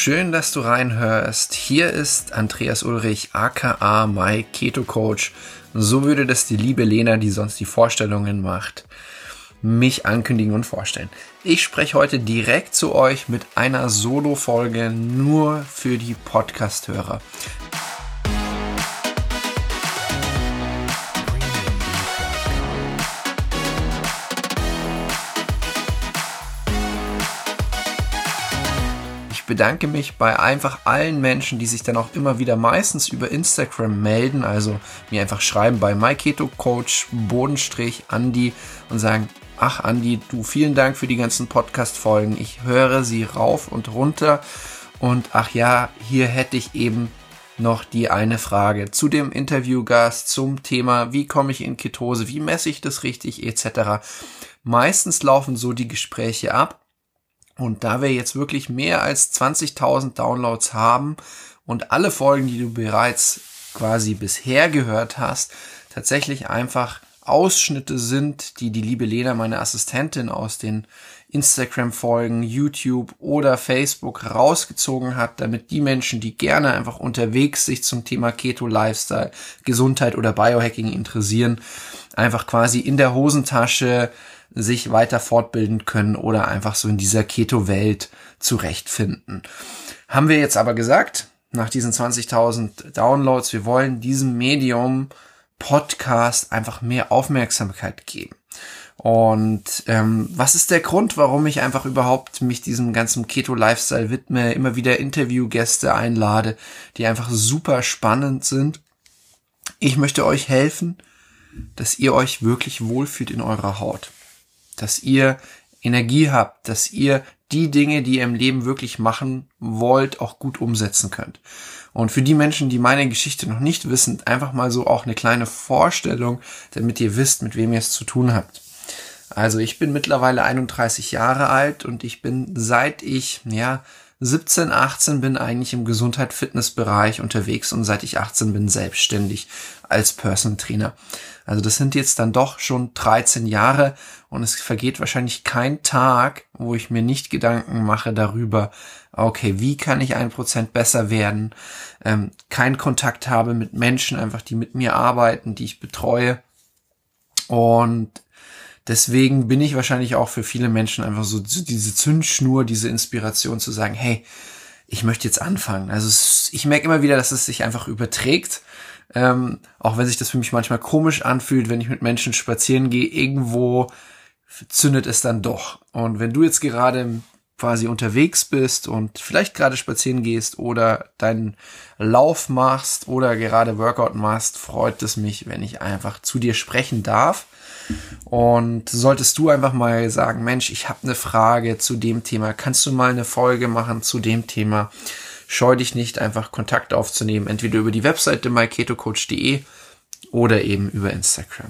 Schön, dass du reinhörst. Hier ist Andreas Ulrich, aka My Keto Coach. So würde das die liebe Lena, die sonst die Vorstellungen macht, mich ankündigen und vorstellen. Ich spreche heute direkt zu euch mit einer Solo-Folge nur für die Podcast-Hörer. Ich bedanke mich bei einfach allen Menschen, die sich dann auch immer wieder meistens über Instagram melden, also mir einfach schreiben bei MyKetoCoach _Andi und sagen, ach Andi, du, vielen Dank für die ganzen Podcast-Folgen, ich höre sie rauf und runter und ach ja, hier hätte ich eben noch die eine Frage zu dem Interviewgast, zum Thema, wie komme ich in Ketose, wie messe ich das richtig, etc. Meistens laufen so die Gespräche ab. Und da wir jetzt wirklich mehr als 20.000 Downloads haben und alle Folgen, die du bereits quasi bisher gehört hast, tatsächlich einfach Ausschnitte sind, die die liebe Lena, meine Assistentin, aus den Instagram-Folgen, YouTube oder Facebook rausgezogen hat, damit die Menschen, die gerne einfach unterwegs sich zum Thema Keto-Lifestyle, Gesundheit oder Biohacking interessieren, einfach quasi in der Hosentasche sich weiter fortbilden können oder einfach so in dieser Keto-Welt zurechtfinden. Haben wir jetzt aber gesagt, nach diesen 20.000 Downloads, wir wollen diesem Medium Podcast einfach mehr Aufmerksamkeit geben. Und was ist der Grund, warum ich einfach überhaupt mich diesem ganzen Keto-Lifestyle widme, immer wieder Interviewgäste einlade, die einfach super spannend sind? Ich möchte euch helfen, dass ihr euch wirklich wohlfühlt in eurer Haut. Dass ihr Energie habt, dass ihr die Dinge, die ihr im Leben wirklich machen wollt, auch gut umsetzen könnt. Und für die Menschen, die meine Geschichte noch nicht wissen, einfach mal so auch eine kleine Vorstellung, damit ihr wisst, mit wem ihr es zu tun habt. Also ich bin mittlerweile 31 Jahre alt und ich bin seit ich 17, 18 bin eigentlich im Gesundheit-Fitness-Bereich unterwegs und seit ich 18 bin selbstständig als Personal Trainer. Also das sind jetzt dann doch schon 13 Jahre und es vergeht wahrscheinlich kein Tag, wo ich mir nicht Gedanken mache darüber, okay, wie kann ich 1% besser werden, keinen Kontakt habe mit Menschen, einfach die mit mir arbeiten, die ich betreue, und deswegen bin ich wahrscheinlich auch für viele Menschen einfach so diese Zündschnur, diese Inspiration zu sagen, hey, ich möchte jetzt anfangen. Also ich merke immer wieder, dass es sich einfach überträgt, auch wenn sich das für mich manchmal komisch anfühlt, wenn ich mit Menschen spazieren gehe, irgendwo zündet es dann doch. Und wenn du jetzt gerade quasi unterwegs bist und vielleicht gerade spazieren gehst oder deinen Lauf machst oder gerade Workout machst, freut es mich, wenn ich einfach zu dir sprechen darf. Und solltest du einfach mal sagen, Mensch, ich habe eine Frage zu dem Thema, kannst du mal eine Folge machen zu dem Thema? Scheu dich nicht, einfach Kontakt aufzunehmen, entweder über die Webseite myketocoach.de oder eben über Instagram.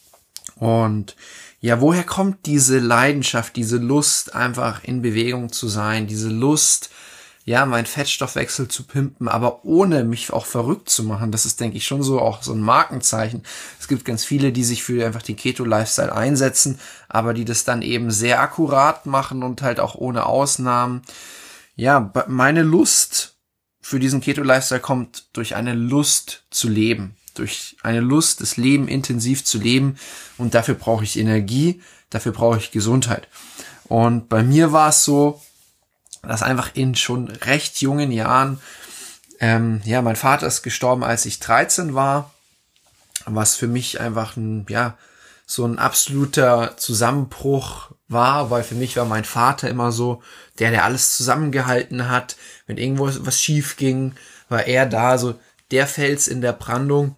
Und ja, woher kommt diese Leidenschaft, diese Lust, einfach in Bewegung zu sein, diese Lust, ja, meinen Fettstoffwechsel zu pimpen, aber ohne mich auch verrückt zu machen? Das ist, denke ich, schon so auch so ein Markenzeichen. Es gibt ganz viele, die sich für einfach den Keto-Lifestyle einsetzen, aber die das dann eben sehr akkurat machen und halt auch ohne Ausnahmen. Ja, meine Lust für diesen Keto-Lifestyle kommt durch eine Lust zu leben, durch eine Lust, das Leben intensiv zu leben, und dafür brauche ich Energie, dafür brauche ich Gesundheit. Und bei mir war es so, dass einfach in schon recht jungen Jahren, mein Vater ist gestorben, als ich 13 war, was für mich einfach so ein absoluter Zusammenbruch war, weil für mich war mein Vater immer so der alles zusammengehalten hat. Wenn irgendwo was schief ging, war er da, so der Fels in der Brandung.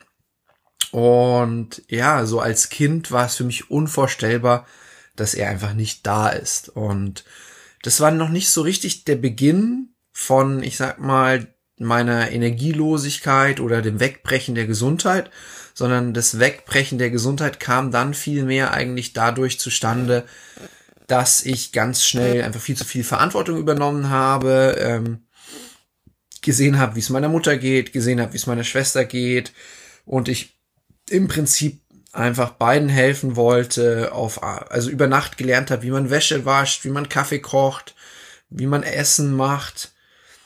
Und ja, so als Kind war es für mich unvorstellbar, dass er einfach nicht da ist. Und das war noch nicht so richtig der Beginn von, ich sag mal, meiner Energielosigkeit oder dem Wegbrechen der Gesundheit, sondern das Wegbrechen der Gesundheit kam dann vielmehr eigentlich dadurch zustande, dass ich ganz schnell einfach viel zu viel Verantwortung übernommen habe, gesehen habe, wie es meiner Mutter geht, gesehen habe, wie es meiner Schwester geht, und ich im Prinzip einfach beiden helfen wollte, also über Nacht gelernt habe, wie man Wäsche wascht, wie man Kaffee kocht, wie man Essen macht.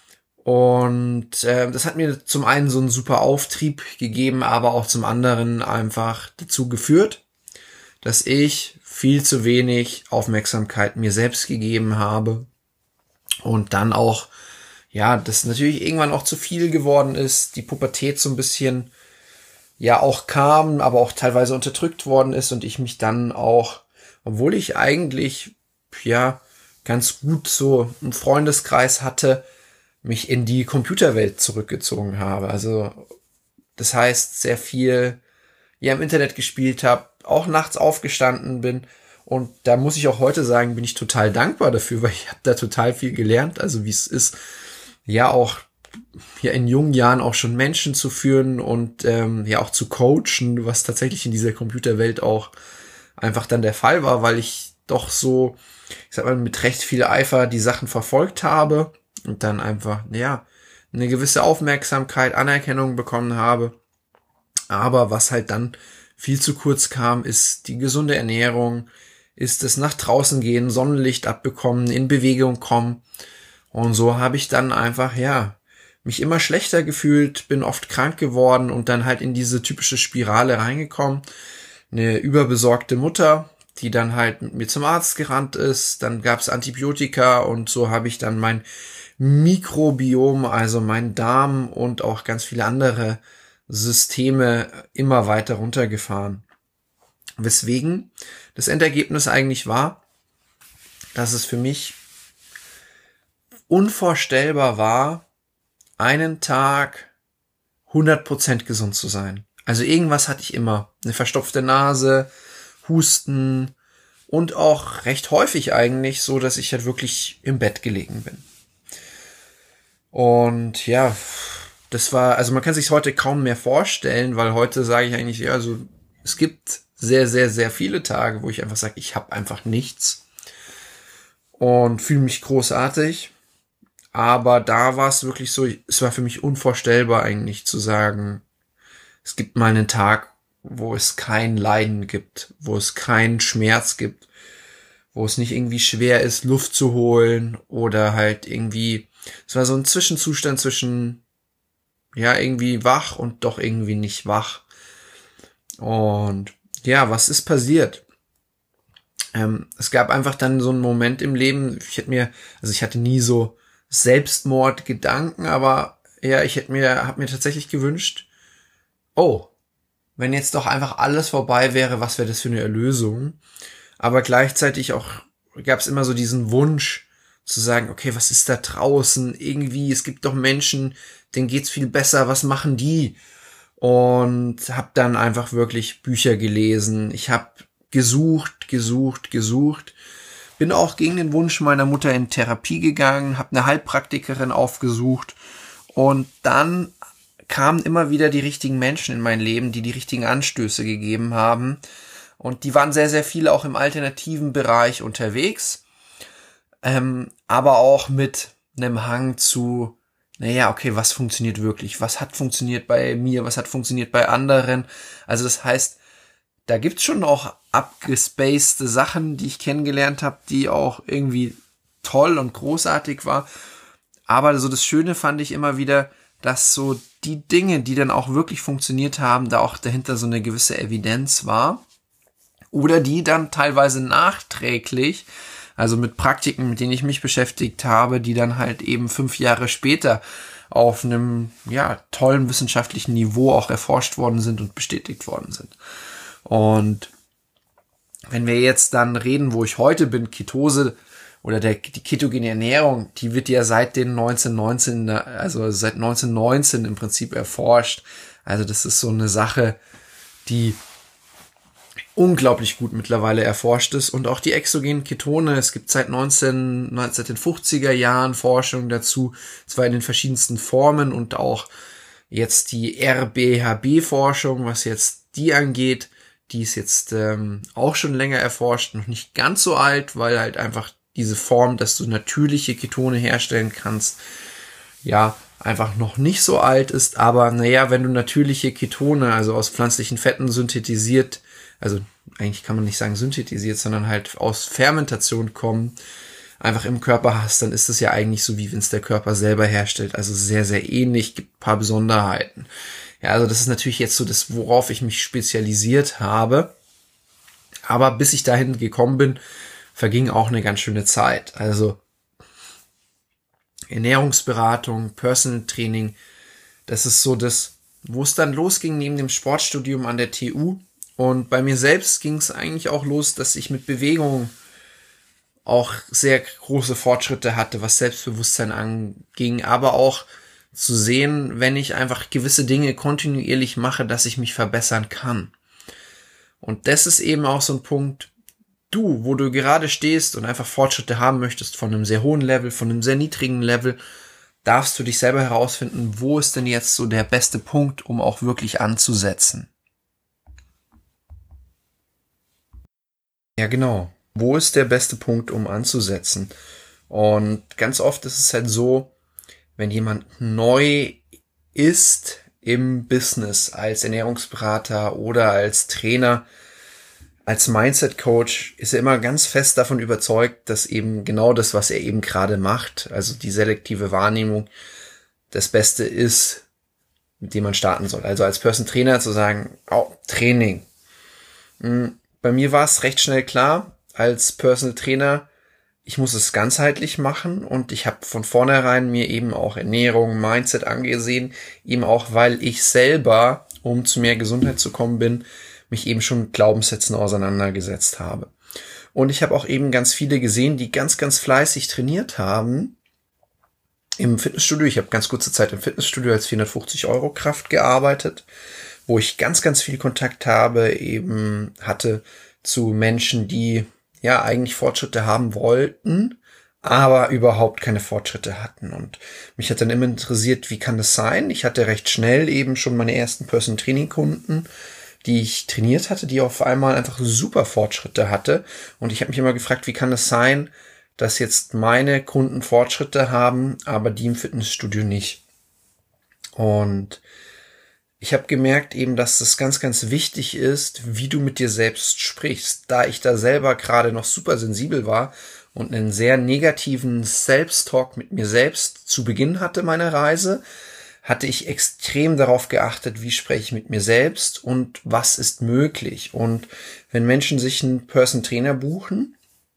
Und das hat mir zum einen so einen super Auftrieb gegeben, aber auch zum anderen einfach dazu geführt, dass ich viel zu wenig Aufmerksamkeit mir selbst gegeben habe und dann auch, ja, das natürlich irgendwann auch zu viel geworden ist, die Pubertät so ein bisschen, ja, auch kam, aber auch teilweise unterdrückt worden ist und ich mich dann auch, obwohl ich eigentlich, ja, ganz gut so einen Freundeskreis hatte, mich in die Computerwelt zurückgezogen habe. Also das heißt, sehr viel ja im Internet gespielt habe, auch nachts aufgestanden bin. Und da muss ich auch heute sagen, bin ich total dankbar dafür, weil ich habe da total viel gelernt. Also wie es ist, ja auch ja in jungen Jahren auch schon Menschen zu führen und ja auch zu coachen, was tatsächlich in dieser Computerwelt auch einfach dann der Fall war, weil ich doch so, ich sag mal, mit recht viel Eifer die Sachen verfolgt habe und dann einfach, ja, eine gewisse Aufmerksamkeit, Anerkennung bekommen habe. Aber was halt dann viel zu kurz kam, ist die gesunde Ernährung, ist es nach draußen gehen, Sonnenlicht abbekommen, in Bewegung kommen. Und so habe ich dann einfach, ja, mich immer schlechter gefühlt, bin oft krank geworden und dann halt in diese typische Spirale reingekommen. Eine überbesorgte Mutter, die dann halt mit mir zum Arzt gerannt ist. Dann gab es Antibiotika und so habe ich dann mein Mikrobiom, also mein Darm und auch ganz viele andere Systeme immer weiter runtergefahren. Weswegen das Endergebnis eigentlich war, dass es für mich unvorstellbar war, einen Tag 100% gesund zu sein. Also irgendwas hatte ich immer. Eine verstopfte Nase, Husten und auch recht häufig eigentlich so, dass ich halt wirklich im Bett gelegen bin. Und ja, das war, also man kann sich heute kaum mehr vorstellen, weil heute sage ich eigentlich, ja, also es gibt sehr, sehr, sehr viele Tage, wo ich einfach sage, ich habe einfach nichts und fühle mich großartig. Aber da war es wirklich so, es war für mich unvorstellbar eigentlich zu sagen, es gibt mal einen Tag, wo es kein Leiden gibt, wo es keinen Schmerz gibt, wo es nicht irgendwie schwer ist, Luft zu holen oder halt irgendwie, es war so ein Zwischenzustand zwischen, ja, irgendwie wach und doch irgendwie nicht wach. Und ja, was ist passiert? Es gab einfach dann so einen Moment im Leben, ich hatte nie so Selbstmordgedanken, aber ja, hab mir tatsächlich gewünscht, oh, wenn jetzt doch einfach alles vorbei wäre, was wäre das für eine Erlösung? Aber gleichzeitig auch gab es immer so diesen Wunsch zu sagen, okay, was ist da draußen? Irgendwie, es gibt doch Menschen, denen geht's viel besser, was machen die? Und habe dann einfach wirklich Bücher gelesen. Ich habe gesucht. Bin auch gegen den Wunsch meiner Mutter in Therapie gegangen, habe eine Heilpraktikerin aufgesucht und dann kamen immer wieder die richtigen Menschen in mein Leben, die richtigen Anstöße gegeben haben und die waren sehr, sehr viele auch im alternativen Bereich unterwegs, aber auch mit einem Hang zu, naja, okay, was funktioniert wirklich? Was hat funktioniert bei mir? Was hat funktioniert bei anderen? Also das heißt, da gibt's schon auch abgespacede Sachen, die ich kennengelernt habe, die auch irgendwie toll und großartig war. Aber so das Schöne fand ich immer wieder, dass so die Dinge, die dann auch wirklich funktioniert haben, da auch dahinter so eine gewisse Evidenz war. Oder die dann teilweise nachträglich, also mit Praktiken, mit denen ich mich beschäftigt habe, die dann halt eben 5 Jahre später auf einem, ja, tollen wissenschaftlichen Niveau auch erforscht worden sind und bestätigt worden sind. Und wenn wir jetzt dann reden, wo ich heute bin, Ketose oder die ketogene Ernährung, die wird ja seit den 1919 im Prinzip erforscht. Also das ist so eine Sache, die unglaublich gut mittlerweile erforscht ist. Und auch die exogenen Ketone, es gibt seit den 50er Jahren Forschung dazu, zwar in den verschiedensten Formen und auch jetzt die RBHB-Forschung, was jetzt die angeht, die ist jetzt auch schon länger erforscht, noch nicht ganz so alt, weil halt einfach diese Form, dass du natürliche Ketone herstellen kannst, ja, einfach noch nicht so alt ist. Aber naja, wenn du natürliche Ketone, also aus pflanzlichen Fetten synthetisiert, also eigentlich kann man nicht sagen synthetisiert, sondern halt aus Fermentation kommen, einfach im Körper hast, dann ist es ja eigentlich so, wie wenn es der Körper selber herstellt. Also sehr, sehr ähnlich, gibt ein paar Besonderheiten. Ja, also das ist natürlich jetzt so das, worauf ich mich spezialisiert habe. Aber bis ich dahin gekommen bin, verging auch eine ganz schöne Zeit. Also Ernährungsberatung, Personal Training, das ist so das, wo es dann losging neben dem Sportstudium an der TU. Und bei mir selbst ging es eigentlich auch los, dass ich mit Bewegung auch sehr große Fortschritte hatte, was Selbstbewusstsein anging, aber auch zu sehen, wenn ich einfach gewisse Dinge kontinuierlich mache, dass ich mich verbessern kann. Und das ist eben auch so ein Punkt, wo du gerade stehst und einfach Fortschritte haben möchtest von einem sehr hohen Level, von einem sehr niedrigen Level, darfst du dich selber herausfinden, wo ist denn jetzt so der beste Punkt, um auch wirklich anzusetzen. Ja, genau. Wo ist der beste Punkt, um anzusetzen? Und ganz oft ist es halt so, wenn jemand neu ist im Business als Ernährungsberater oder als Trainer, als Mindset-Coach, ist er immer ganz fest davon überzeugt, dass eben genau das, was er eben gerade macht, also die selektive Wahrnehmung, das Beste ist, mit dem man starten soll. Also als Personal Trainer zu sagen, Training. Bei mir war es recht schnell klar, als Personal Trainer, ich muss es ganzheitlich machen und ich habe von vornherein mir eben auch Ernährung, Mindset angesehen, eben auch, weil ich selber, um zu mehr Gesundheit zu kommen bin, mich eben schon mit Glaubenssätzen auseinandergesetzt habe. Und ich habe auch eben ganz viele gesehen, die ganz, ganz fleißig trainiert haben im Fitnessstudio. Ich habe ganz kurze Zeit im Fitnessstudio als 450 € Kraft gearbeitet, wo ich ganz, ganz viel Kontakt hatte zu Menschen, die ja eigentlich Fortschritte haben wollten, aber überhaupt keine Fortschritte hatten. Und mich hat dann immer interessiert, wie kann das sein? Ich hatte recht schnell eben schon meine ersten Personal Training Kunden, die ich trainiert hatte, die auf einmal einfach super Fortschritte hatte. Und ich habe mich immer gefragt, wie kann das sein, dass jetzt meine Kunden Fortschritte haben, aber die im Fitnessstudio nicht. Und ich habe gemerkt eben, dass das ganz, ganz wichtig ist, wie du mit dir selbst sprichst. Da ich da selber gerade noch super sensibel war und einen sehr negativen Selbsttalk mit mir selbst zu Beginn hatte meiner Reise, hatte ich extrem darauf geachtet, wie spreche ich mit mir selbst und was ist möglich. Und wenn Menschen sich einen Personal Trainer buchen,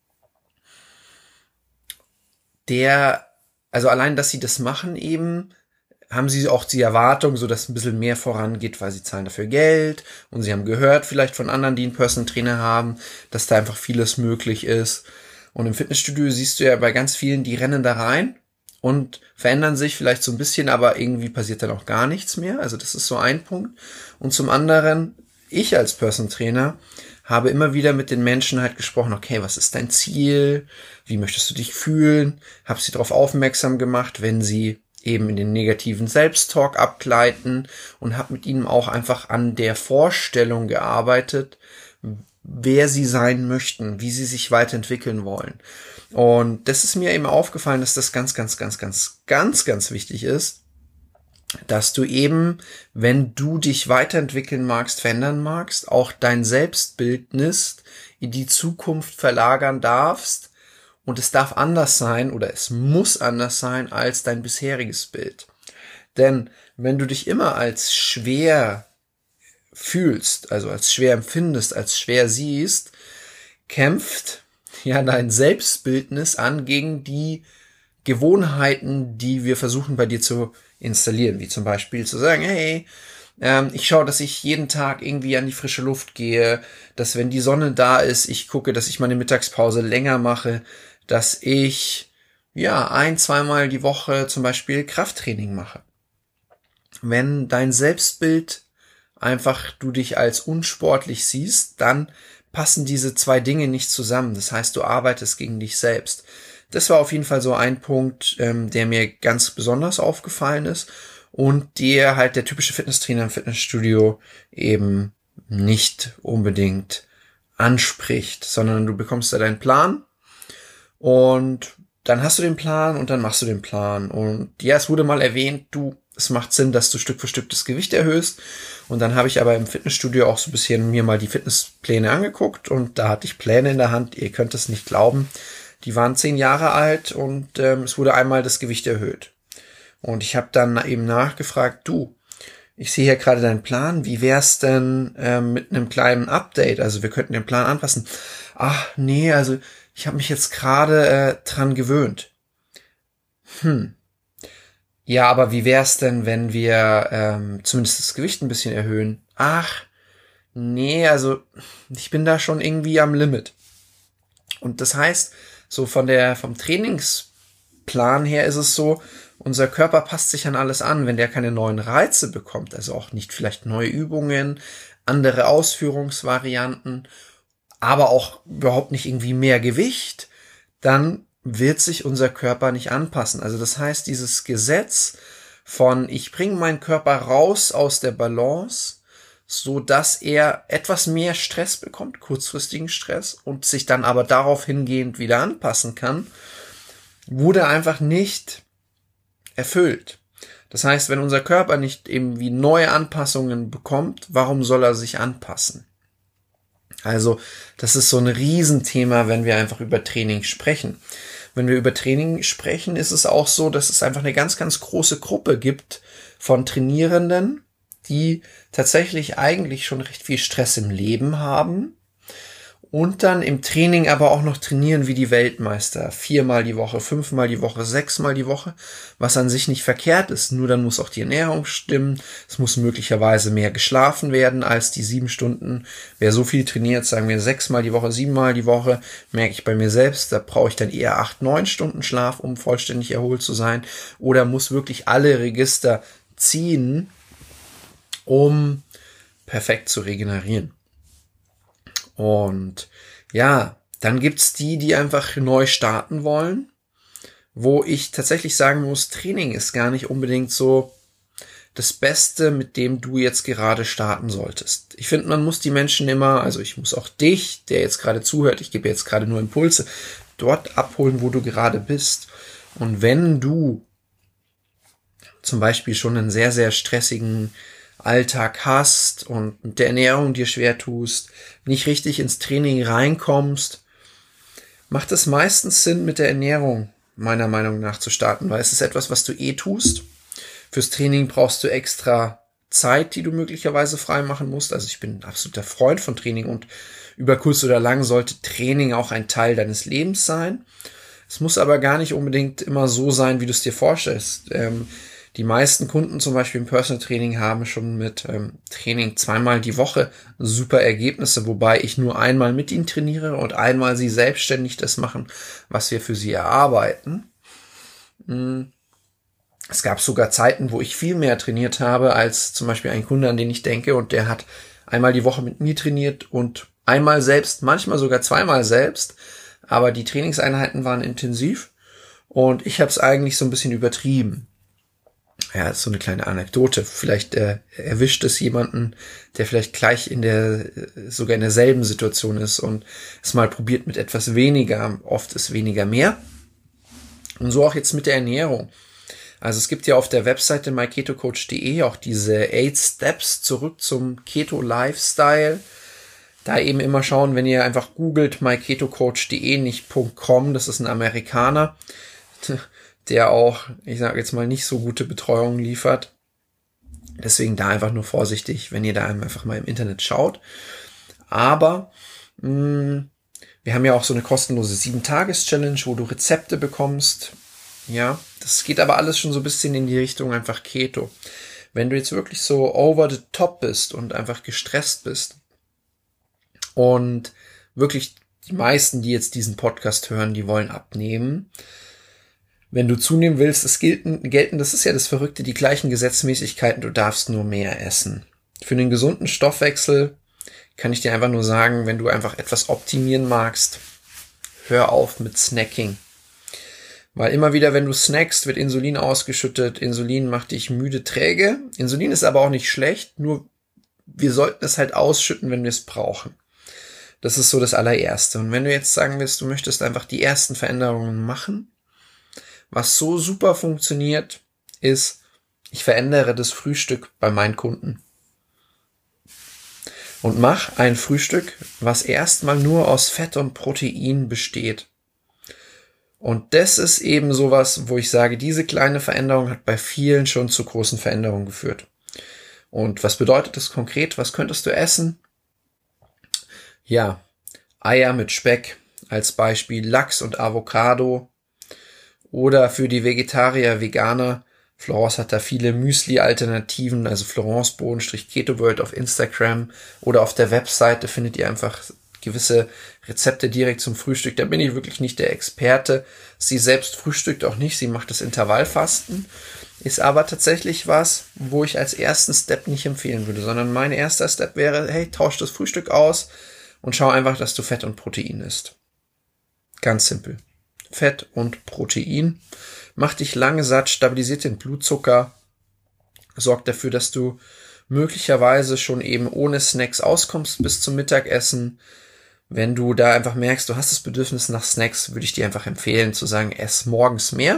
also allein, dass sie das machen eben, haben sie auch die Erwartung, so dass ein bisschen mehr vorangeht, weil sie zahlen dafür Geld und sie haben gehört vielleicht von anderen, die einen Personal Trainer haben, dass da einfach vieles möglich ist. Und im Fitnessstudio siehst du ja bei ganz vielen, die rennen da rein und verändern sich vielleicht so ein bisschen, aber irgendwie passiert dann auch gar nichts mehr. Also das ist so ein Punkt. Und zum anderen, ich als Personal Trainer habe immer wieder mit den Menschen halt gesprochen, okay, was ist dein Ziel? Wie möchtest du dich fühlen? Habe sie darauf aufmerksam gemacht, wenn sie eben in den negativen Selbsttalk abgleiten und habe mit ihnen auch einfach an der Vorstellung gearbeitet, wer sie sein möchten, wie sie sich weiterentwickeln wollen. Und das ist mir eben aufgefallen, dass das ganz, ganz, ganz, ganz, ganz, ganz wichtig ist, dass du eben, wenn du dich weiterentwickeln magst, verändern magst, auch dein Selbstbildnis in die Zukunft verlagern darfst. Und es darf anders sein oder es muss anders sein als dein bisheriges Bild. Denn wenn du dich immer als schwer fühlst, also als schwer empfindest, als schwer siehst, kämpft ja dein Selbstbildnis an gegen die Gewohnheiten, die wir versuchen bei dir zu installieren. Wie zum Beispiel zu sagen, hey, ich schaue, dass ich jeden Tag irgendwie an die frische Luft gehe, dass wenn die Sonne da ist, ich gucke, dass ich meine Mittagspause länger mache, dass ich 1-2 Mal die Woche zum Beispiel Krafttraining mache. Wenn dein Selbstbild einfach du dich als unsportlich siehst, dann passen diese zwei Dinge nicht zusammen. Das heißt, du arbeitest gegen dich selbst. Das war auf jeden Fall so ein Punkt, der mir ganz besonders aufgefallen ist und der halt der typische Fitnesstrainer im Fitnessstudio eben nicht unbedingt anspricht, sondern du bekommst da deinen Plan und dann hast du den Plan und dann machst du den Plan. Und ja, es wurde mal erwähnt, es macht Sinn, dass du Stück für Stück das Gewicht erhöhst. Und dann habe ich aber im Fitnessstudio auch so ein bisschen mir mal die Fitnesspläne angeguckt und da hatte ich Pläne in der Hand. Ihr könnt es nicht glauben. Die waren 10 Jahre alt und es wurde einmal das Gewicht erhöht. Und ich habe dann eben nachgefragt, du, ich sehe hier gerade deinen Plan, wie wär's denn mit einem kleinen Update? Also wir könnten den Plan anpassen. Ach nee, also ich habe mich jetzt gerade dran gewöhnt. Ja, aber wie wär's denn, wenn wir zumindest das Gewicht ein bisschen erhöhen? Ach, nee, also ich bin da schon irgendwie am Limit. Und das heißt, so vom Trainingsplan her ist es so, unser Körper passt sich an alles an, wenn der keine neuen Reize bekommt, also auch nicht vielleicht neue Übungen, andere Ausführungsvarianten, aber auch überhaupt nicht irgendwie mehr Gewicht, dann wird sich unser Körper nicht anpassen. Also das heißt, dieses Gesetz von ich bringe meinen Körper raus aus der Balance, so dass er etwas mehr Stress bekommt, kurzfristigen Stress, und sich dann aber darauf hingehend wieder anpassen kann, wurde einfach nicht erfüllt. Das heißt, wenn unser Körper nicht eben wie neue Anpassungen bekommt, warum soll er sich anpassen? Also, das ist so ein Riesenthema, wenn wir einfach über Training sprechen. Wenn wir über Training sprechen, ist es auch so, dass es einfach eine ganz, ganz große Gruppe gibt von Trainierenden, die tatsächlich eigentlich schon recht viel Stress im Leben haben und dann im Training aber auch noch trainieren wie die Weltmeister. 4-mal die Woche, 5-mal die Woche, 6-mal die Woche, was an sich nicht verkehrt ist. Nur dann muss auch die Ernährung stimmen. Es muss möglicherweise mehr geschlafen werden als die 7 Stunden. Wer so viel trainiert, sagen wir 6-mal die Woche, 7-mal die Woche, merke ich bei mir selbst, da brauche ich dann eher 8-9 Stunden Schlaf, um vollständig erholt zu sein. Oder muss wirklich alle Register ziehen, um perfekt zu regenerieren. Und ja, dann gibt's die einfach neu starten wollen, wo ich tatsächlich sagen muss, Training ist gar nicht unbedingt so das Beste, mit dem du jetzt gerade starten solltest. Ich finde, man muss die Menschen immer, also ich muss auch dich, der jetzt gerade zuhört, ich gebe jetzt gerade nur Impulse, dort abholen, wo du gerade bist. Und wenn du zum Beispiel schon einen sehr, sehr stressigen Alltag hast und mit der Ernährung dir schwer tust, nicht richtig ins Training reinkommst, macht es meistens Sinn, mit der Ernährung meiner Meinung nach zu starten, weil es ist etwas, was du tust. Fürs Training brauchst du extra Zeit, die du möglicherweise frei machen musst. Also ich bin ein absoluter Freund von Training und über kurz oder lang sollte Training auch ein Teil deines Lebens sein. Es muss aber gar nicht unbedingt immer so sein, wie du es dir vorstellst. Die meisten Kunden zum Beispiel im Personal Training haben schon mit Training 2-mal die Woche super Ergebnisse, wobei ich nur einmal mit ihnen trainiere und einmal sie selbstständig das machen, was wir für sie erarbeiten. Es gab sogar Zeiten, wo ich viel mehr trainiert habe als zum Beispiel ein Kunde, an den ich denke, und der hat einmal die Woche mit mir trainiert und einmal selbst, manchmal sogar 2-mal selbst, aber die Trainingseinheiten waren intensiv und ich habe es eigentlich so ein bisschen übertrieben. Ja, ist so eine kleine Anekdote. Vielleicht erwischt es jemanden, der vielleicht gleich sogar in derselben Situation ist und es mal probiert mit etwas weniger. Oft ist weniger mehr. Und so auch jetzt mit der Ernährung. Also es gibt ja auf der Webseite myketocoach.de auch diese 8 Steps zurück zum Keto-Lifestyle. Da eben immer schauen, wenn ihr einfach googelt myketocoach.de, nicht .com, das ist ein Amerikaner, der auch, ich sage jetzt mal, nicht so gute Betreuung liefert. Deswegen da einfach nur vorsichtig, wenn ihr da einfach mal im Internet schaut. Aber wir haben ja auch so eine kostenlose 7-Tages-Challenge, wo du Rezepte bekommst. Ja, das geht aber alles schon so ein bisschen in die Richtung einfach Keto. Wenn du jetzt wirklich so over the top bist und einfach gestresst bist und wirklich die meisten, die jetzt diesen Podcast hören, die wollen abnehmen. Wenn du zunehmen willst, gelten, das ist ja das Verrückte, die gleichen Gesetzmäßigkeiten, du darfst nur mehr essen. Für einen gesunden Stoffwechsel kann ich dir einfach nur sagen, wenn du einfach etwas optimieren magst, hör auf mit Snacking. Weil immer wieder, wenn du snackst, wird Insulin ausgeschüttet. Insulin macht dich müde, träge. Insulin ist aber auch nicht schlecht, nur wir sollten es halt ausschütten, wenn wir es brauchen. Das ist so das allererste. Und wenn du jetzt sagen willst, du möchtest einfach die ersten Veränderungen machen, was so super funktioniert, ist, ich verändere das Frühstück bei meinen Kunden. Und mach ein Frühstück, was erstmal nur aus Fett und Protein besteht. Und das ist eben sowas, wo ich sage, diese kleine Veränderung hat bei vielen schon zu großen Veränderungen geführt. Und was bedeutet das konkret? Was könntest du essen? Ja, Eier mit Speck als Beispiel, Lachs und Avocado. Oder für die Vegetarier, Veganer, Florence hat da viele Müsli-Alternativen, also Florence_Keto-World auf Instagram oder auf der Webseite findet ihr einfach gewisse Rezepte direkt zum Frühstück. Da bin ich wirklich nicht der Experte. Sie selbst frühstückt auch nicht, sie macht das Intervallfasten. Ist aber tatsächlich was, wo ich als ersten Step nicht empfehlen würde, sondern mein erster Step wäre, hey, tausch das Frühstück aus und schau einfach, dass du Fett und Protein isst. Ganz simpel. Fett und Protein. Macht dich lange satt, stabilisiert den Blutzucker, sorgt dafür, dass du möglicherweise schon eben ohne Snacks auskommst bis zum Mittagessen. Wenn du da einfach merkst, du hast das Bedürfnis nach Snacks, würde ich dir einfach empfehlen zu sagen, ess morgens mehr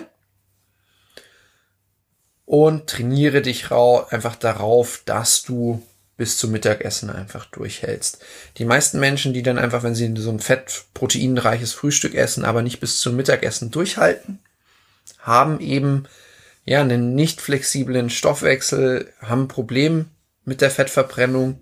und trainiere dich einfach darauf, dass du bis zum Mittagessen einfach durchhältst. Die meisten Menschen, die dann einfach, wenn sie so ein fett-proteinreiches Frühstück essen, aber nicht bis zum Mittagessen durchhalten, haben eben ja einen nicht flexiblen Stoffwechsel, haben ein Problem mit der Fettverbrennung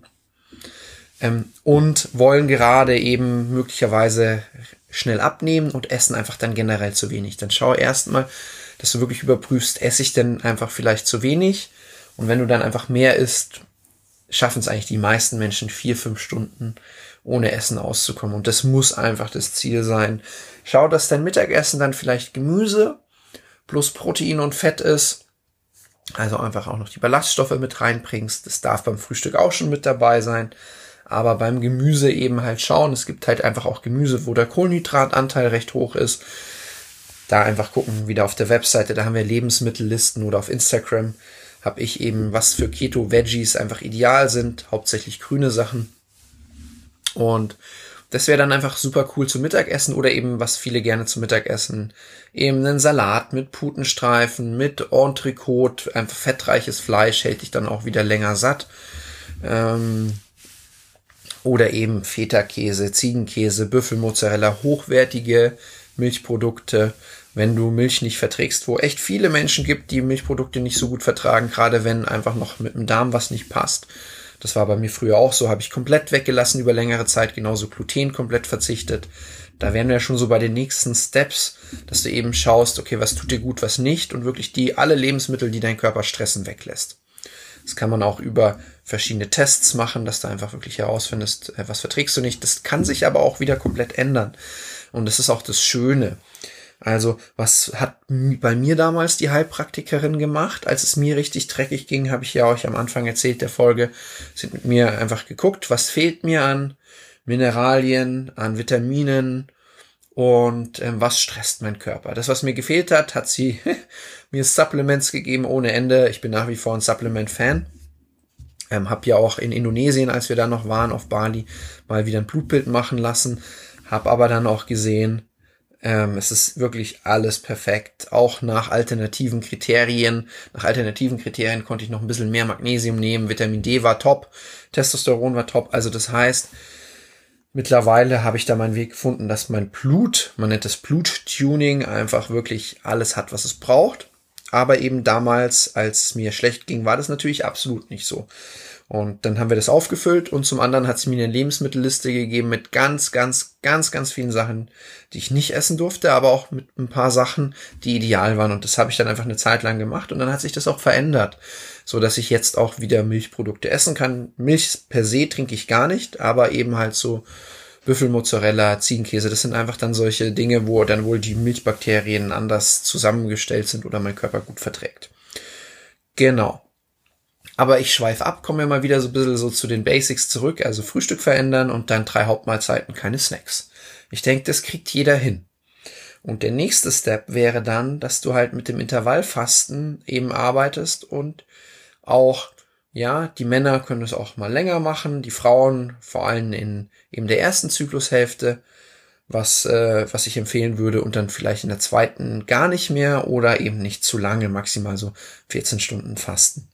und wollen gerade eben möglicherweise schnell abnehmen und essen einfach dann generell zu wenig. Dann schau erstmal, dass du wirklich überprüfst, esse ich denn einfach vielleicht zu wenig? Und wenn du dann einfach mehr isst, schaffen es eigentlich die meisten Menschen 4-5 Stunden ohne Essen auszukommen. Und das muss einfach das Ziel sein. Schau, dass dein Mittagessen dann vielleicht Gemüse plus Protein und Fett ist. Also einfach auch noch die Ballaststoffe mit reinbringst. Das darf beim Frühstück auch schon mit dabei sein. Aber beim Gemüse eben halt schauen. Es gibt halt einfach auch Gemüse, wo der Kohlenhydratanteil recht hoch ist. Da einfach gucken, wieder auf der Webseite. Da haben wir Lebensmittellisten oder auf Instagram habe ich eben, was für Keto-Veggies einfach ideal sind. Hauptsächlich grüne Sachen. Und das wäre dann einfach super cool zum Mittagessen oder eben, was viele gerne zum Mittagessen, eben einen Salat mit Putenstreifen, mit Entrecote, einfach fettreiches Fleisch, hält dich dann auch wieder länger satt. Oder eben Feta-Käse, Ziegenkäse, Büffelmozzarella, hochwertige Milchprodukte. Wenn du Milch nicht verträgst, wo echt viele Menschen gibt, die Milchprodukte nicht so gut vertragen, gerade wenn einfach noch mit dem Darm was nicht passt. Das war bei mir früher auch so, habe ich komplett weggelassen über längere Zeit, genauso Gluten komplett verzichtet. Da wären wir ja schon so bei den nächsten Steps, dass du eben schaust, okay, was tut dir gut, was nicht und wirklich alle Lebensmittel, die deinen Körper stressen, weglässt. Das kann man auch über verschiedene Tests machen, dass du einfach wirklich herausfindest, was verträgst du nicht. Das kann sich aber auch wieder komplett ändern. Und das ist auch das Schöne. Also, was hat bei mir damals die Heilpraktikerin gemacht? Als es mir richtig dreckig ging, habe ich ja euch am Anfang erzählt der Folge, sind mit mir einfach geguckt, was fehlt mir an Mineralien, an Vitaminen und was stresst mein Körper. Das, was mir gefehlt hat sie mir Supplements gegeben ohne Ende. Ich bin nach wie vor ein Supplement-Fan. Hab ja auch in Indonesien, als wir da noch waren, auf Bali, mal wieder ein Blutbild machen lassen. Hab aber dann auch gesehen, es ist wirklich alles perfekt, auch nach alternativen Kriterien. Nach alternativen Kriterien konnte ich noch ein bisschen mehr Magnesium nehmen, Vitamin D war top, Testosteron war top. Also das heißt, mittlerweile habe ich da meinen Weg gefunden, dass mein Blut, man nennt das Bluttuning, einfach wirklich alles hat, was es braucht. Aber eben damals, als es mir schlecht ging, war das natürlich absolut nicht so. Und dann haben wir das aufgefüllt und zum anderen hat sie mir eine Lebensmittelliste gegeben mit ganz vielen Sachen, die ich nicht essen durfte, aber auch mit ein paar Sachen, die ideal waren. Und das habe ich dann einfach eine Zeit lang gemacht und dann hat sich das auch verändert, so dass ich jetzt auch wieder Milchprodukte essen kann. Milch per se trinke ich gar nicht, aber eben halt so Büffelmozzarella, Ziegenkäse, das sind einfach dann solche Dinge, wo dann wohl die Milchbakterien anders zusammengestellt sind oder mein Körper gut verträgt. Genau. Aber ich schweife ab, komme ja mal wieder so ein bisschen so zu den Basics zurück, also Frühstück verändern und dann 3 Hauptmahlzeiten, keine Snacks. Ich denke, das kriegt jeder hin. Und der nächste Step wäre dann, dass du halt mit dem Intervallfasten eben arbeitest und auch, ja, die Männer können es auch mal länger machen, die Frauen vor allem in eben der ersten Zyklushälfte, was ich empfehlen würde und dann vielleicht in der zweiten gar nicht mehr oder eben nicht zu lange, maximal so 14 Stunden fasten.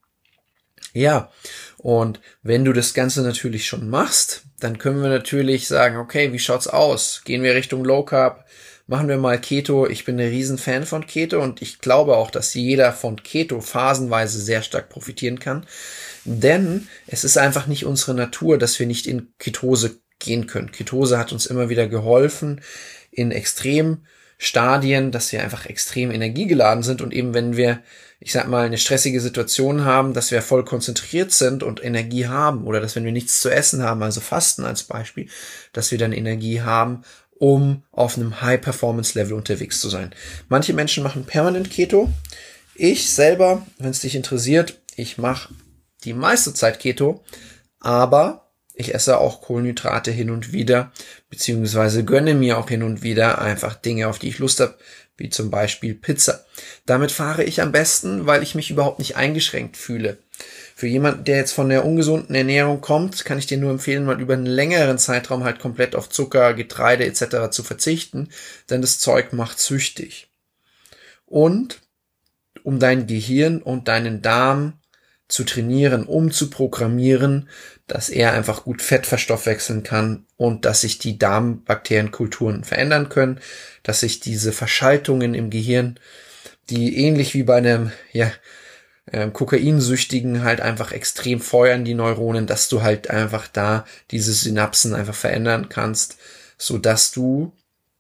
Ja, und wenn du das Ganze natürlich schon machst, dann können wir natürlich sagen, okay, wie schaut's aus? Gehen wir Richtung Low Carb? machen wir mal Keto. Ich bin ein Riesenfan von Keto und ich glaube auch, dass jeder von Keto phasenweise sehr stark profitieren kann. Denn es ist einfach nicht unsere Natur, dass wir nicht in Ketose gehen können. Ketose hat uns immer wieder geholfen in Extremstadien, dass wir einfach extrem energiegeladen sind und eben wenn wir, ich sag mal, eine stressige Situation haben, dass wir voll konzentriert sind und Energie haben oder dass wenn wir nichts zu essen haben, also Fasten als Beispiel, dass wir dann Energie haben, um auf einem High-Performance-Level unterwegs zu sein. Manche Menschen machen permanent Keto. Ich selber, wenn es dich interessiert, ich mache die meiste Zeit Keto, aber ich esse auch Kohlenhydrate hin und wieder, beziehungsweise gönne mir auch hin und wieder einfach Dinge, auf die ich Lust habe, wie zum Beispiel Pizza. Damit fahre ich am besten, weil ich mich überhaupt nicht eingeschränkt fühle. Für jemanden, der jetzt von der ungesunden Ernährung kommt, kann ich dir nur empfehlen, mal über einen längeren Zeitraum halt komplett auf Zucker, Getreide etc. zu verzichten, denn das Zeug macht süchtig. Und um dein Gehirn und deinen Darm zu trainieren, um zu programmieren, dass er einfach gut Fett verstoffwechseln kann und dass sich die Darmbakterienkulturen verändern können, dass sich diese Verschaltungen im Gehirn, die ähnlich wie bei einem Kokainsüchtigen halt einfach extrem feuern, die Neuronen, dass du halt einfach da diese Synapsen einfach verändern kannst, so dass du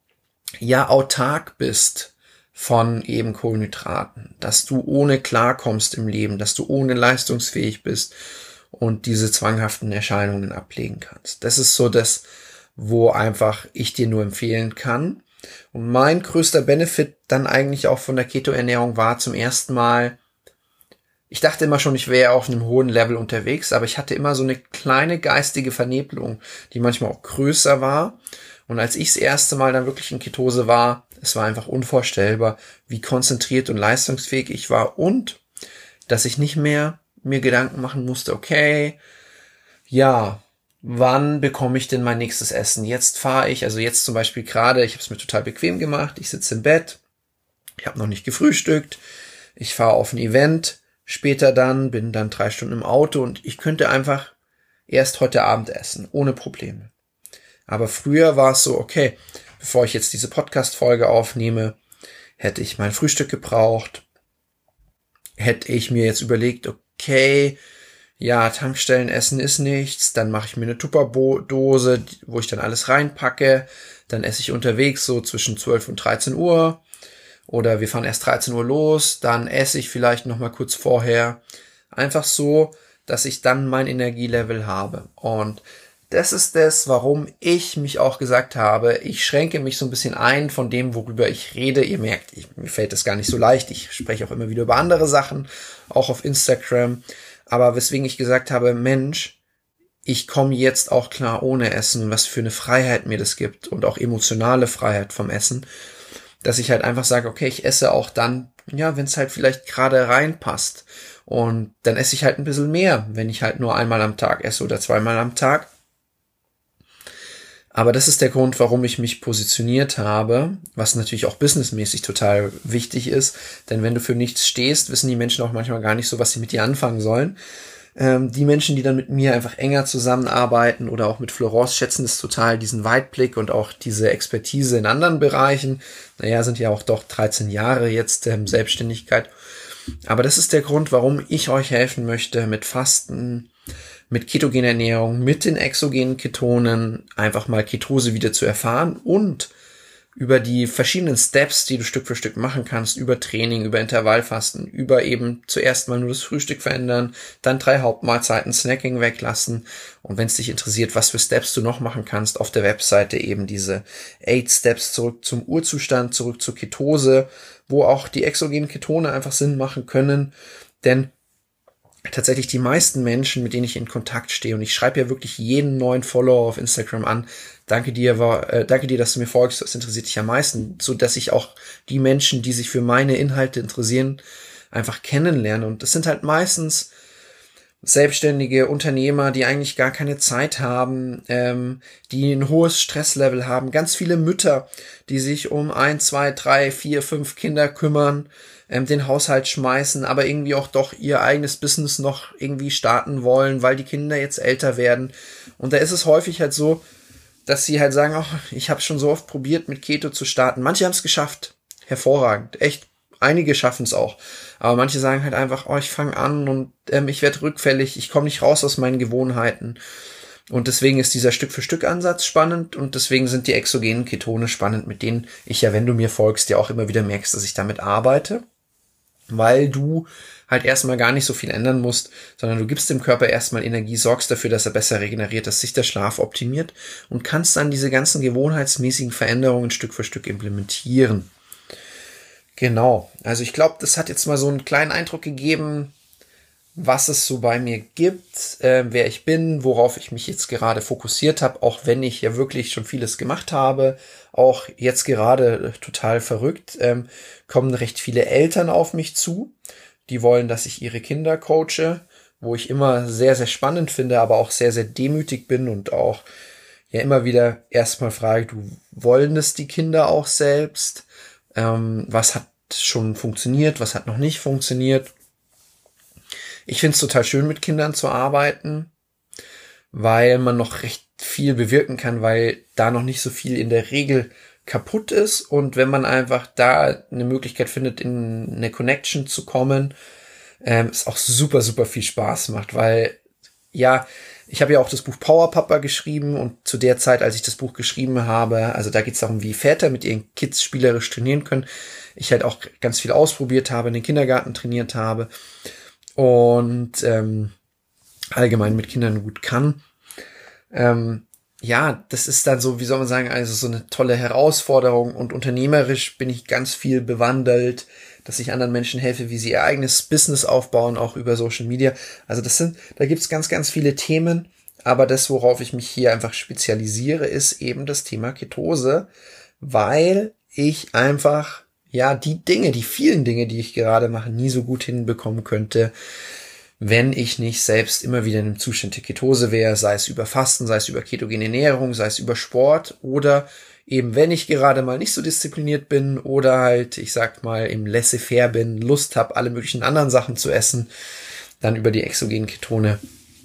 autark bist von eben Kohlenhydraten, dass du ohne klarkommst im Leben, dass du ohne leistungsfähig bist und diese zwanghaften Erscheinungen ablegen kannst. Das ist so das, wo einfach ich dir nur empfehlen kann. Und mein größter Benefit dann eigentlich auch von der Keto-Ernährung war zum ersten Mal, ich dachte immer schon, ich wäre auf einem hohen Level unterwegs, aber ich hatte immer so eine kleine geistige Vernebelung, die manchmal auch größer war. Und als ich das erste Mal dann wirklich in Ketose war, es war einfach unvorstellbar, wie konzentriert und leistungsfähig ich war und dass ich nicht mehr mir Gedanken machen musste, okay, wann bekomme ich denn mein nächstes Essen? Jetzt fahre ich, also jetzt zum Beispiel gerade, ich habe es mir total bequem gemacht, ich sitze im Bett, ich habe noch nicht gefrühstückt, ich fahre auf ein Event, später dann, bin dann 3 Stunden im Auto und ich könnte einfach erst heute Abend essen, ohne Probleme. Aber früher war es so, okay, bevor ich jetzt diese Podcast-Folge aufnehme, hätte ich mein Frühstück gebraucht, hätte ich mir jetzt überlegt, okay, Tankstellenessen ist nichts, dann mache ich mir eine Tupperdose, wo ich dann alles reinpacke, dann esse ich unterwegs so zwischen 12 und 13 Uhr oder wir fahren erst 13 Uhr los, dann esse ich vielleicht noch mal kurz vorher, einfach so, dass ich dann mein Energielevel habe und das ist das, warum ich mich auch gesagt habe, ich schränke mich so ein bisschen ein von dem, worüber ich rede. Ihr merkt, mir fällt das gar nicht so leicht. Ich spreche auch immer wieder über andere Sachen, auch auf Instagram. Aber weswegen ich gesagt habe, Mensch, ich komme jetzt auch klar ohne Essen, was für eine Freiheit mir das gibt und auch emotionale Freiheit vom Essen, dass ich halt einfach sage, okay, ich esse auch dann, wenn es halt vielleicht gerade reinpasst. Und dann esse ich halt ein bisschen mehr, wenn ich halt nur einmal am Tag esse oder zweimal am Tag. Aber das ist der Grund, warum ich mich positioniert habe, was natürlich auch businessmäßig total wichtig ist. Denn wenn du für nichts stehst, wissen die Menschen auch manchmal gar nicht so, was sie mit dir anfangen sollen. Die Menschen, die dann mit mir einfach enger zusammenarbeiten oder auch mit Florence, schätzen es total, diesen Weitblick und auch diese Expertise in anderen Bereichen. Sind ja auch doch 13 Jahre jetzt Selbstständigkeit. Aber das ist der Grund, warum ich euch helfen möchte mit Fasten, mit ketogener Ernährung, mit den exogenen Ketonen einfach mal Ketose wieder zu erfahren und über die verschiedenen Steps, die du Stück für Stück machen kannst, über Training, über Intervallfasten, über eben zuerst mal nur das Frühstück verändern, dann 3 Hauptmahlzeiten, Snacking weglassen und wenn es dich interessiert, was für Steps du noch machen kannst, auf der Webseite eben diese 8 Steps zurück zum Urzustand, zurück zur Ketose, wo auch die exogenen Ketone einfach Sinn machen können, denn tatsächlich die meisten Menschen, mit denen ich in Kontakt stehe, und ich schreibe ja wirklich jeden neuen Follower auf Instagram an, danke dir, dass du mir folgst, das interessiert dich am meisten, so dass ich auch die Menschen, die sich für meine Inhalte interessieren, einfach kennenlerne. Und das sind halt meistens selbstständige Unternehmer, die eigentlich gar keine Zeit haben, die ein hohes Stresslevel haben, ganz viele Mütter, die sich um 1, 2, 3, 4, 5 Kinder kümmern, den Haushalt schmeißen, aber irgendwie auch doch ihr eigenes Business noch irgendwie starten wollen, weil die Kinder jetzt älter werden. Und da ist es häufig halt so, dass sie halt sagen, ich habe schon so oft probiert, mit Keto zu starten. Manche haben es geschafft. Hervorragend. Echt. Einige schaffen es auch. Aber manche sagen halt einfach, ich fange an und ich werde rückfällig. Ich komme nicht raus aus meinen Gewohnheiten. Und deswegen ist dieser Stück-für-Stück-Ansatz spannend und deswegen sind die exogenen Ketone spannend, mit denen ich ja, wenn du mir folgst, ja auch immer wieder merkst, dass ich damit arbeite. Weil du halt erstmal gar nicht so viel ändern musst, sondern du gibst dem Körper erstmal Energie, sorgst dafür, dass er besser regeneriert, dass sich der Schlaf optimiert und kannst dann diese ganzen gewohnheitsmäßigen Veränderungen Stück für Stück implementieren. Genau, also ich glaube, das hat jetzt mal so einen kleinen Eindruck gegeben, was es so bei mir gibt, wer ich bin, worauf ich mich jetzt gerade fokussiert habe, auch wenn ich ja wirklich schon vieles gemacht habe, auch jetzt gerade total verrückt, kommen recht viele Eltern auf mich zu, die wollen, dass ich ihre Kinder coache, wo ich immer sehr, sehr spannend finde, aber auch sehr, sehr demütig bin und auch ja immer wieder erstmal frage, wollen das die Kinder auch selbst? Was hat schon funktioniert, was hat noch nicht funktioniert? Ich finde es total schön, mit Kindern zu arbeiten, weil man noch recht viel bewirken kann, weil da noch nicht so viel in der Regel kaputt ist. Und wenn man einfach da eine Möglichkeit findet, in eine Connection zu kommen, es auch super, super viel Spaß macht, weil ja, ich habe ja auch das Buch Power Papa geschrieben und zu der Zeit, als ich das Buch geschrieben habe, also da geht es darum, wie Väter mit ihren Kids spielerisch trainieren können. Ich halt auch ganz viel ausprobiert habe, in den Kindergarten trainiert habe und allgemein mit Kindern gut kann. Ja, das ist dann so, wie soll man sagen, also so eine tolle Herausforderung und unternehmerisch bin ich ganz viel bewandelt, dass ich anderen Menschen helfe, wie sie ihr eigenes Business aufbauen, auch über Social Media. Also da gibt's ganz, ganz viele Themen, aber das, worauf ich mich hier einfach spezialisiere, ist eben das Thema Ketose, weil ich einfach, ja, die vielen Dinge, die ich gerade mache, nie so gut hinbekommen könnte, wenn ich nicht selbst immer wieder in einem Zustand der Ketose wäre, sei es über Fasten, sei es über ketogene Ernährung, sei es über Sport oder eben wenn ich gerade mal nicht so diszipliniert bin oder halt, ich sag mal, im Laissez-faire bin, Lust habe, alle möglichen anderen Sachen zu essen, dann über die exogenen Ketone.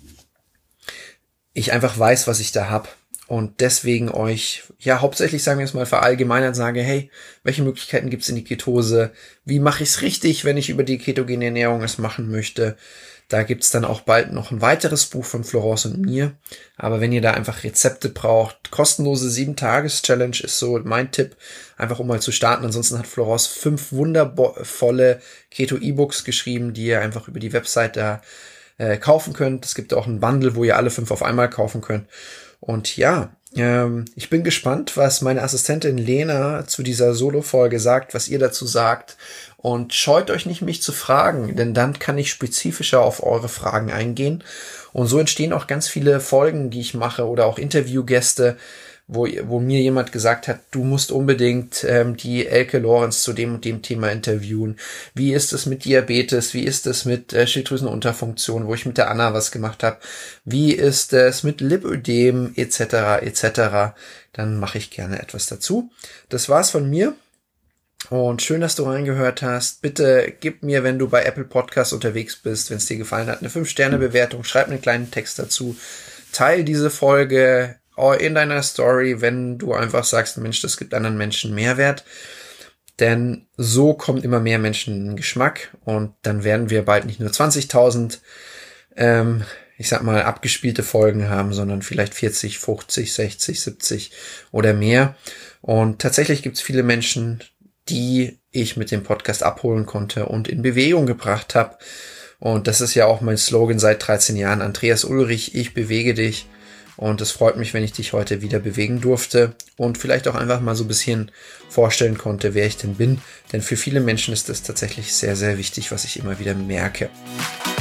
Ich einfach weiß, was ich da hab und deswegen euch, ja, hauptsächlich sagen wir es mal verallgemeinert, sage, hey, welche Möglichkeiten gibt's in die Ketose? Wie mache ich es richtig, wenn ich über die ketogene Ernährung es machen möchte? Da gibt's dann auch bald noch ein weiteres Buch von Florence und mir. Aber wenn ihr da einfach Rezepte braucht, kostenlose 7-Tages-Challenge ist so mein Tipp, einfach um mal zu starten. Ansonsten hat Florence 5 wundervolle Keto-E-Books geschrieben, die ihr einfach über die Website da kaufen könnt. Es gibt auch einen Bundle, wo ihr alle 5 auf einmal kaufen könnt. Und ja, ich bin gespannt, was meine Assistentin Lena zu dieser Solo-Folge sagt, was ihr dazu sagt. Und scheut euch nicht, mich zu fragen, denn dann kann ich spezifischer auf eure Fragen eingehen. Und so entstehen auch ganz viele Folgen, die ich mache oder auch Interviewgäste, wo mir jemand gesagt hat, du musst unbedingt die Elke Lorenz zu dem und dem Thema interviewen. Wie ist es mit Diabetes? Wie ist es mit Schilddrüsenunterfunktion, wo ich mit der Anna was gemacht habe? Wie ist es mit Lipödem etc. etc.? Dann mache ich gerne etwas dazu. Das war's von mir. Und schön, dass du reingehört hast. Bitte gib mir, wenn du bei Apple Podcasts unterwegs bist, wenn es dir gefallen hat, eine 5-Sterne-Bewertung. Schreib einen kleinen Text dazu. Teil diese Folge in deiner Story, wenn du einfach sagst, Mensch, das gibt anderen Menschen Mehrwert. Denn so kommt immer mehr Menschen in den Geschmack. Und dann werden wir bald nicht nur 20.000, ich sag mal, abgespielte Folgen haben, sondern vielleicht 40, 50, 60, 70 oder mehr. Und tatsächlich gibt es viele Menschen, die ich mit dem Podcast abholen konnte und in Bewegung gebracht habe. Und das ist ja auch mein Slogan seit 13 Jahren. Andreas Ulrich, ich bewege dich. Und es freut mich, wenn ich dich heute wieder bewegen durfte und vielleicht auch einfach mal so ein bisschen vorstellen konnte, wer ich denn bin. Denn für viele Menschen ist das tatsächlich sehr, sehr wichtig, was ich immer wieder merke.